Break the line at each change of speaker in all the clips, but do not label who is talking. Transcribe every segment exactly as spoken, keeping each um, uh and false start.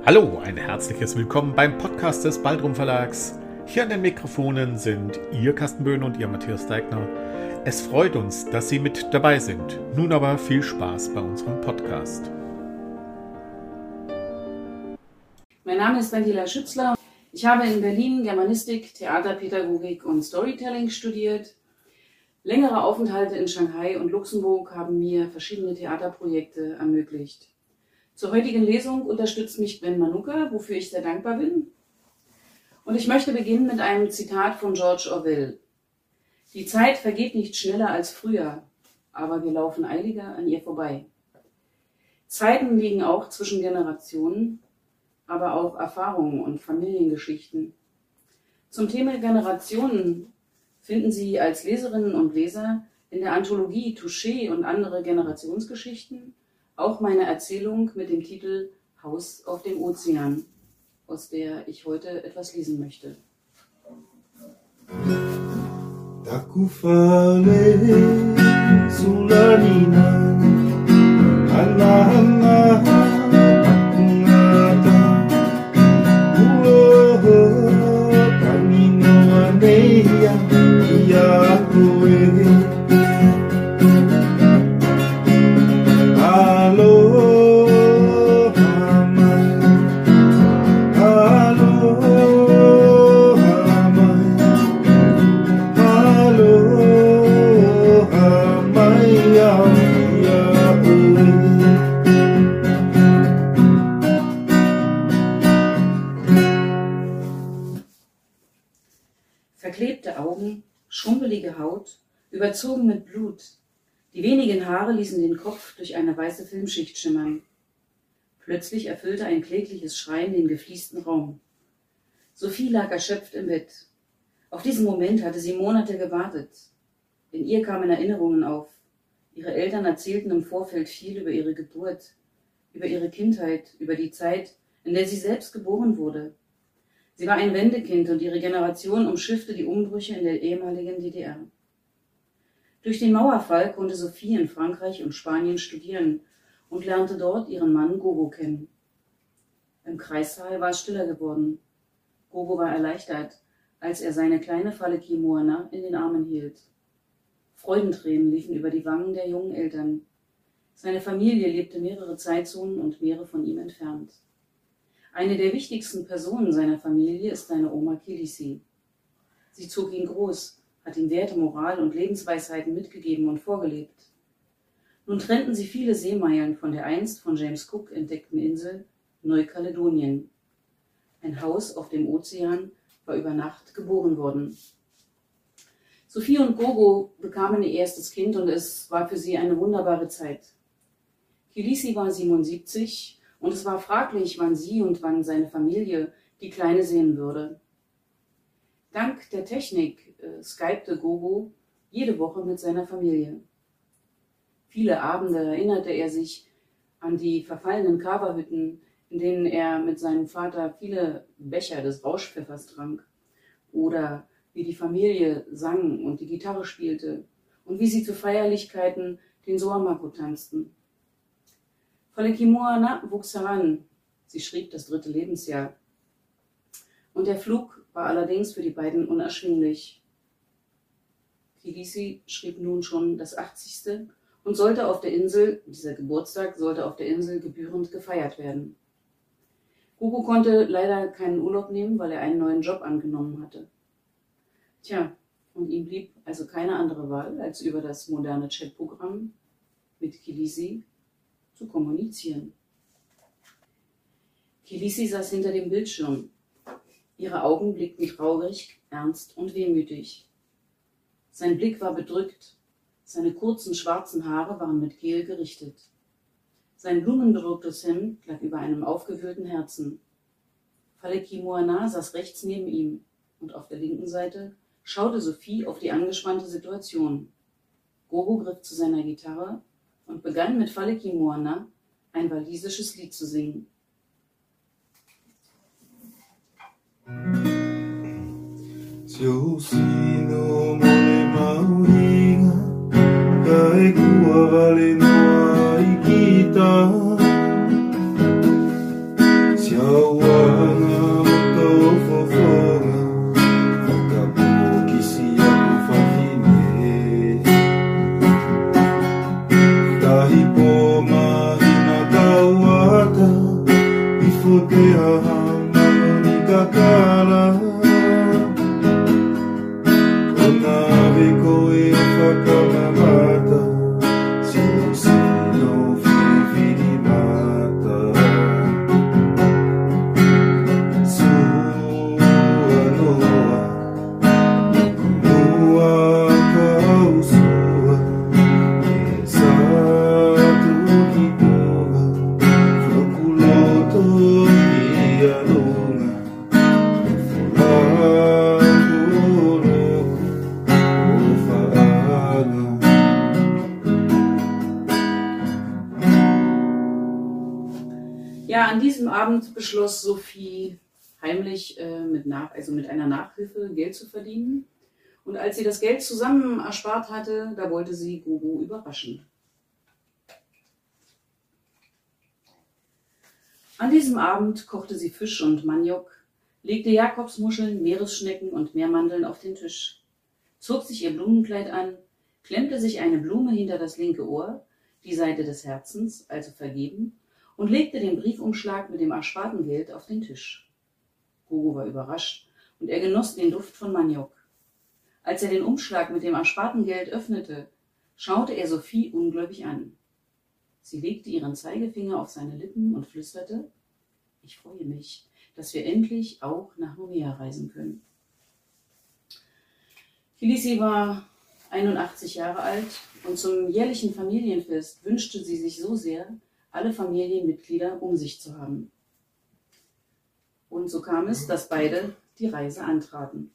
Hallo, ein herzliches Willkommen beim Podcast des Baldrum Verlags. Hier an den Mikrofonen sind Ihr Carsten Böhn und Ihr Matthias Deigner. Es freut uns, dass Sie mit dabei sind. Nun aber viel Spaß bei unserem Podcast.
Mein Name ist Daniela Schützler. Ich habe in Berlin Germanistik, Theaterpädagogik und Storytelling studiert. Längere Aufenthalte in Shanghai und Luxemburg haben mir verschiedene Theaterprojekte ermöglicht. Zur heutigen Lesung unterstützt mich Ben Manuka, wofür ich sehr dankbar bin. Und ich möchte beginnen mit einem Zitat von George Orwell. Die Zeit vergeht nicht schneller als früher, aber wir laufen eiliger an ihr vorbei. Zeiten liegen auch zwischen Generationen, aber auch Erfahrungen und Familiengeschichten. Zum Thema Generationen finden Sie als Leserinnen und Leser in der Anthologie Touché und andere Generationsgeschichten auch meine Erzählung mit dem Titel Haus auf dem Ozean, aus der ich heute etwas lesen möchte.
Takufale sulanina Allah Allah akungata ulo kamino aneya yakoe
Verklebte Augen, schrumpelige Haut, überzogen mit Blut. Die wenigen Haare ließen den Kopf durch eine weiße Filmschicht schimmern. Plötzlich erfüllte ein klägliches Schreien den gefliesten Raum. Sophie lag erschöpft im Bett. Auf diesen Moment hatte sie Monate gewartet. In ihr kamen Erinnerungen auf. Ihre Eltern erzählten im Vorfeld viel über ihre Geburt, über ihre Kindheit, über die Zeit, in der sie selbst geboren wurde. Sie war ein Wendekind und ihre Generation umschiffte die Umbrüche in der ehemaligen D D R. Durch den Mauerfall konnte Sophie in Frankreich und Spanien studieren und lernte dort ihren Mann Gogo kennen. Im Kreissaal war es stiller geworden. Gogo war erleichtert, als er seine kleine Faleki Moana in den Armen hielt. Freudentränen liefen über die Wangen der jungen Eltern. Seine Familie lebte mehrere Zeitzonen und Meere von ihm entfernt. Eine der wichtigsten Personen seiner Familie ist seine Oma Kilisi. Sie zog ihn groß, hat ihm Werte, Moral und Lebensweisheiten mitgegeben und vorgelebt. Nun trennten sie viele Seemeilen von der einst von James Cook entdeckten Insel Neukaledonien. Ein Haus auf dem Ozean war über Nacht geboren worden. Sophie und Gogo bekamen ihr erstes Kind und es war für sie eine wunderbare Zeit. Kilisi war siebenundsiebzig und es war fraglich, wann sie und wann seine Familie die Kleine sehen würde. Dank der Technik äh, skypte Gogo jede Woche mit seiner Familie. Viele Abende erinnerte er sich an die verfallenen Kaverhütten, in denen er mit seinem Vater viele Becher des Rauschpfeffers trank, oder wie die Familie sang und die Gitarre spielte und wie sie zu Feierlichkeiten den Soamako tanzten. Faleki Moana wuchs heran, sie schrieb das dritte Lebensjahr. Und der Flug war allerdings für die beiden unerschwinglich. Kilisi schrieb nun schon das achtzigste und sollte auf der Insel, dieser Geburtstag sollte auf der Insel gebührend gefeiert werden. Gogo konnte leider keinen Urlaub nehmen, weil er einen neuen Job angenommen hatte. Tja, und ihm blieb also keine andere Wahl, als über das moderne Chatprogramm mit Kilisi zu kommunizieren. Kilisi saß hinter dem Bildschirm. Ihre Augen blickten traurig, ernst und wehmütig. Sein Blick war bedrückt. Seine kurzen schwarzen Haare waren mit Gel gerichtet. Sein blumenbedrucktes Hemd lag über einem aufgewühlten Herzen. Faleki Moana saß rechts neben ihm und auf der linken Seite schaute Sophie auf die angespannte Situation. Gogo griff zu seiner Gitarre und begann mit Faleki Moana ein walisisches Lied zu singen.
Ciao
Ja, an diesem Abend beschloss Sophie heimlich äh, mit, nach, also mit einer Nachhilfe Geld zu verdienen. Und als sie das Geld zusammen erspart hatte, da wollte sie Gogo überraschen. An diesem Abend kochte sie Fisch und Maniok, legte Jakobsmuscheln, Meeresschnecken und Meermandeln auf den Tisch, zog sich ihr Blumenkleid an, klemmte sich eine Blume hinter das linke Ohr, die Seite des Herzens, also vergeben, und legte den Briefumschlag mit dem ersparten Geld auf den Tisch. Gogo war überrascht und er genoss den Duft von Maniok. Als er den Umschlag mit dem ersparten Geld öffnete, schaute er Sophie ungläubig an. Sie legte ihren Zeigefinger auf seine Lippen und flüsterte: Ich freue mich, dass wir endlich auch nach Nomea reisen können. Felicie war einundachtzig Jahre alt und zum jährlichen Familienfest wünschte sie sich so sehr, alle Familienmitglieder um sich zu haben. Und so kam es, dass beide die Reise antraten.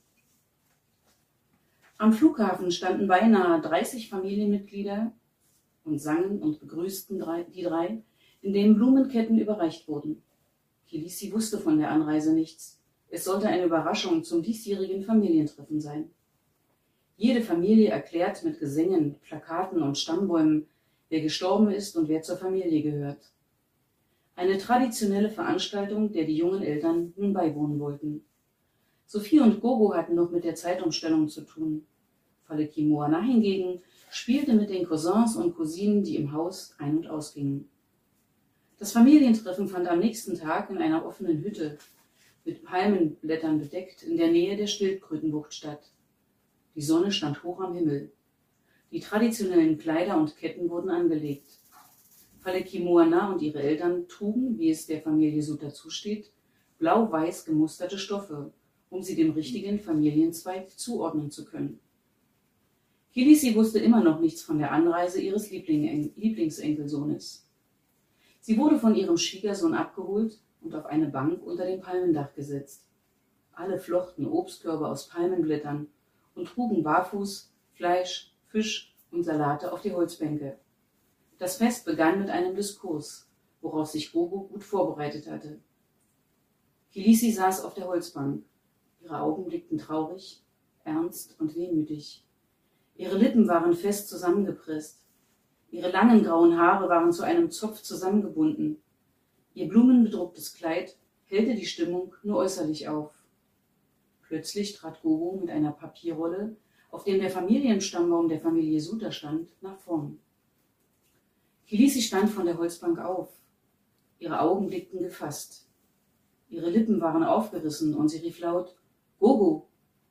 Am Flughafen standen beinahe dreißig Familienmitglieder und sangen und begrüßten die drei, indem Blumenketten überreicht wurden. Felicie wusste von der Anreise nichts. Es sollte eine Überraschung zum diesjährigen Familientreffen sein. Jede Familie erklärt mit Gesängen, Plakaten und Stammbäumen, wer gestorben ist und wer zur Familie gehört. Eine traditionelle Veranstaltung, der die jungen Eltern nun beiwohnen wollten. Sophie und Gogo hatten noch mit der Zeitumstellung zu tun. Faleki Moana hingegen spielte mit den Cousins und Cousinen, die im Haus ein- und ausgingen. Das Familientreffen fand am nächsten Tag in einer offenen Hütte, mit Palmenblättern bedeckt, in der Nähe der Schildkrötenbucht statt. Die Sonne stand hoch am Himmel. Die traditionellen Kleider und Ketten wurden angelegt. Faleki Moana und ihre Eltern trugen, wie es der Familie Suter zusteht, blau-weiß gemusterte Stoffe, um sie dem richtigen Familienzweig zuordnen zu können. Felicie wusste immer noch nichts von der Anreise ihres Liebling- Lieblingsenkelsohnes. Sie wurde von ihrem Schwiegersohn abgeholt und auf eine Bank unter dem Palmendach gesetzt. Alle flochten Obstkörbe aus Palmenblättern und trugen barfuß Fleisch, Fisch und Salate auf die Holzbänke. Das Fest begann mit einem Diskurs, worauf sich Gogo gut vorbereitet hatte. Felicie saß auf der Holzbank. Ihre Augen blickten traurig, ernst und wehmütig. Ihre Lippen waren fest zusammengepresst. Ihre langen grauen Haare waren zu einem Zopf zusammengebunden. Ihr blumenbedrucktes Kleid hellte die Stimmung nur äußerlich auf. Plötzlich trat Gogo mit einer Papierrolle, auf dem der Familienstammbaum der Familie Suter stand, nach vorn. Felicie stand von der Holzbank auf. Ihre Augen blickten gefasst. Ihre Lippen waren aufgerissen und sie rief laut: Gogo!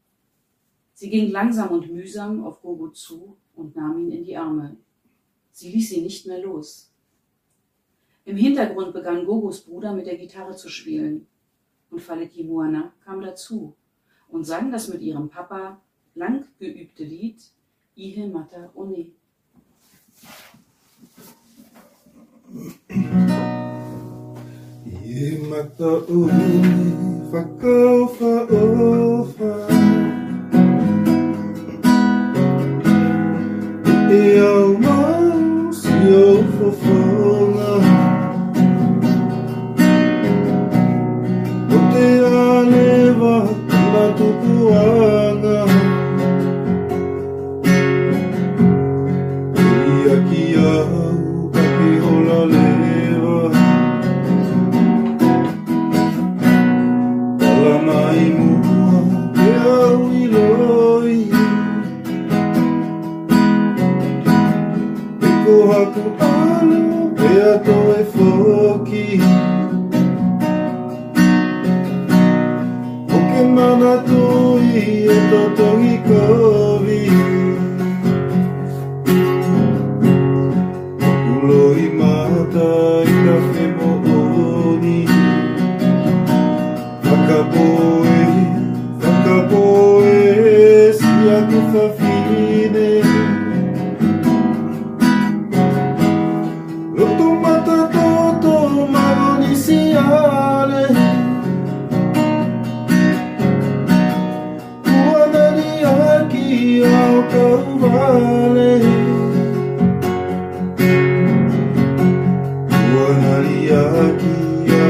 Sie ging langsam und mühsam auf Gogo zu und nahm ihn in die Arme. Sie ließ ihn nicht mehr los. Im Hintergrund begann Gogos Bruder mit der Gitarre zu spielen und Faleki Moana kam dazu und sang das mit ihrem Papa lang geübte Lied Ihe Mata One.
Ihe Mata One, Fakaufa Ofa. E ao mar se eu fofola, o te a leva na tupuanga, e aqui ao que rola leva, ela mai mua que ao iloi. Haku alo e ato e foki o ke mana tui e totongi kovi ulo i mata i kafe mo oni whakapoe whakapoe si aku whawhine Vale, Guanariaki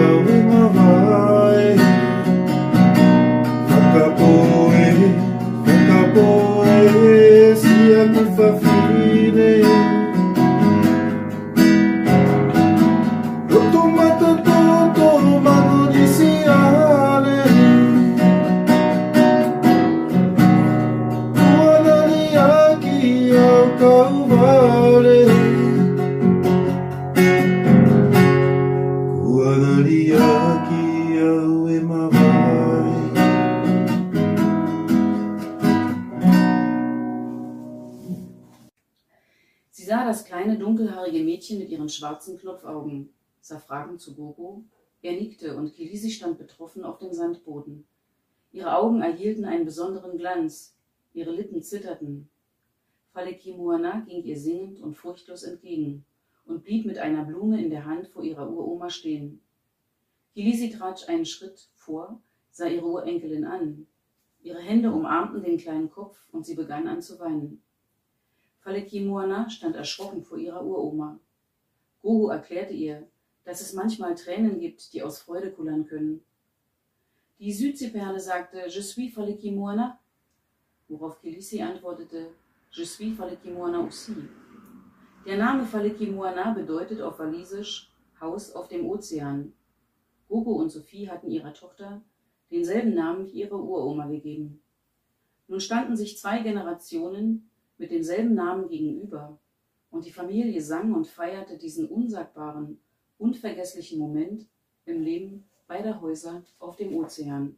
Mädchen mit ihren schwarzen Klopfaugen, sah fragend zu Gogo. Er nickte und Kilisi stand betroffen auf dem Sandboden. Ihre Augen erhielten einen besonderen Glanz, ihre Lippen zitterten. Falekimoana ging ihr singend und furchtlos entgegen und blieb mit einer Blume in der Hand vor ihrer Uroma stehen. Kilisi trat einen Schritt vor, sah ihre Urenkelin an. Ihre Hände umarmten den kleinen Kopf und sie begann an zu weinen. Falekimoana stand erschrocken vor ihrer Uroma. Gogo erklärte ihr, dass es manchmal Tränen gibt, die aus Freude kullern können. Die Südseeperle sagte, Je suis Falekimoana, worauf Kilisi antwortete, Je suis Falekimoana aussi. Der Name Falekimoana bedeutet auf Walisisch Haus auf dem Ozean. Gogo und Sophie hatten ihrer Tochter denselben Namen wie ihre Uroma gegeben. Nun standen sich zwei Generationen mit demselben Namen gegenüber und die Familie sang und feierte diesen unsagbaren, unvergesslichen Moment im Leben beider Häuser auf dem Ozean.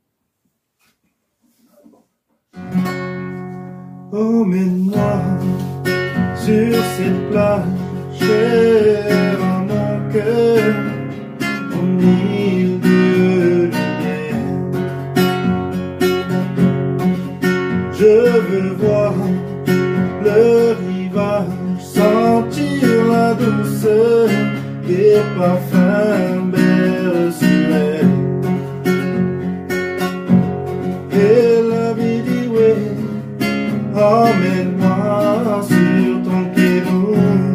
Emmène-moi sur cette plage, chère à mon cœur, en île de lumière. Je veux voir le rivage, sentir la douceur des parfums berceaux. Et la vie dit oui. Emmène-moi sur ton canot,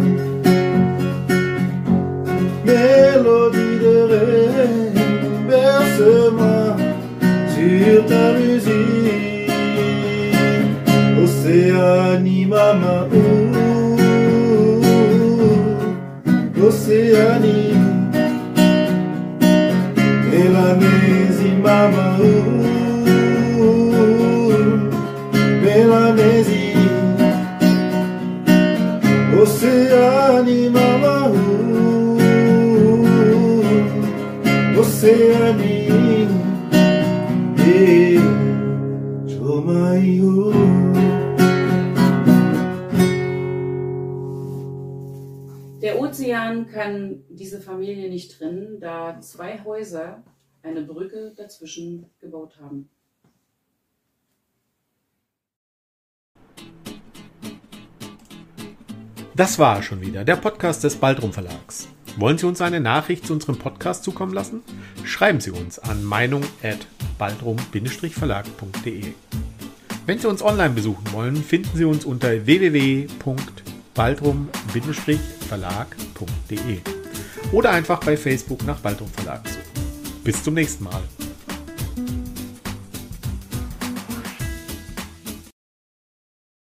mélodie de rêve, berce-moi sur ta musique. Océanie, maman, Océanie, Mélanésie, maman, Mélanésie, Océanie, maman, Océanie, et Jomaïo.
Der Ozean kann diese Familie nicht trennen, da zwei Häuser eine Brücke dazwischen gebaut haben.
Das war schon wieder der Podcast des Baldrum Verlags. Wollen Sie uns eine Nachricht zu unserem Podcast zukommen lassen? Schreiben Sie uns an meinung at baldrum verlag punkt de. Wenn Sie uns online besuchen wollen, finden Sie uns unter w w w punkt baldrum verlag punkt de oder einfach bei Facebook nach Baldrum Verlag suchen. Bis zum nächsten Mal.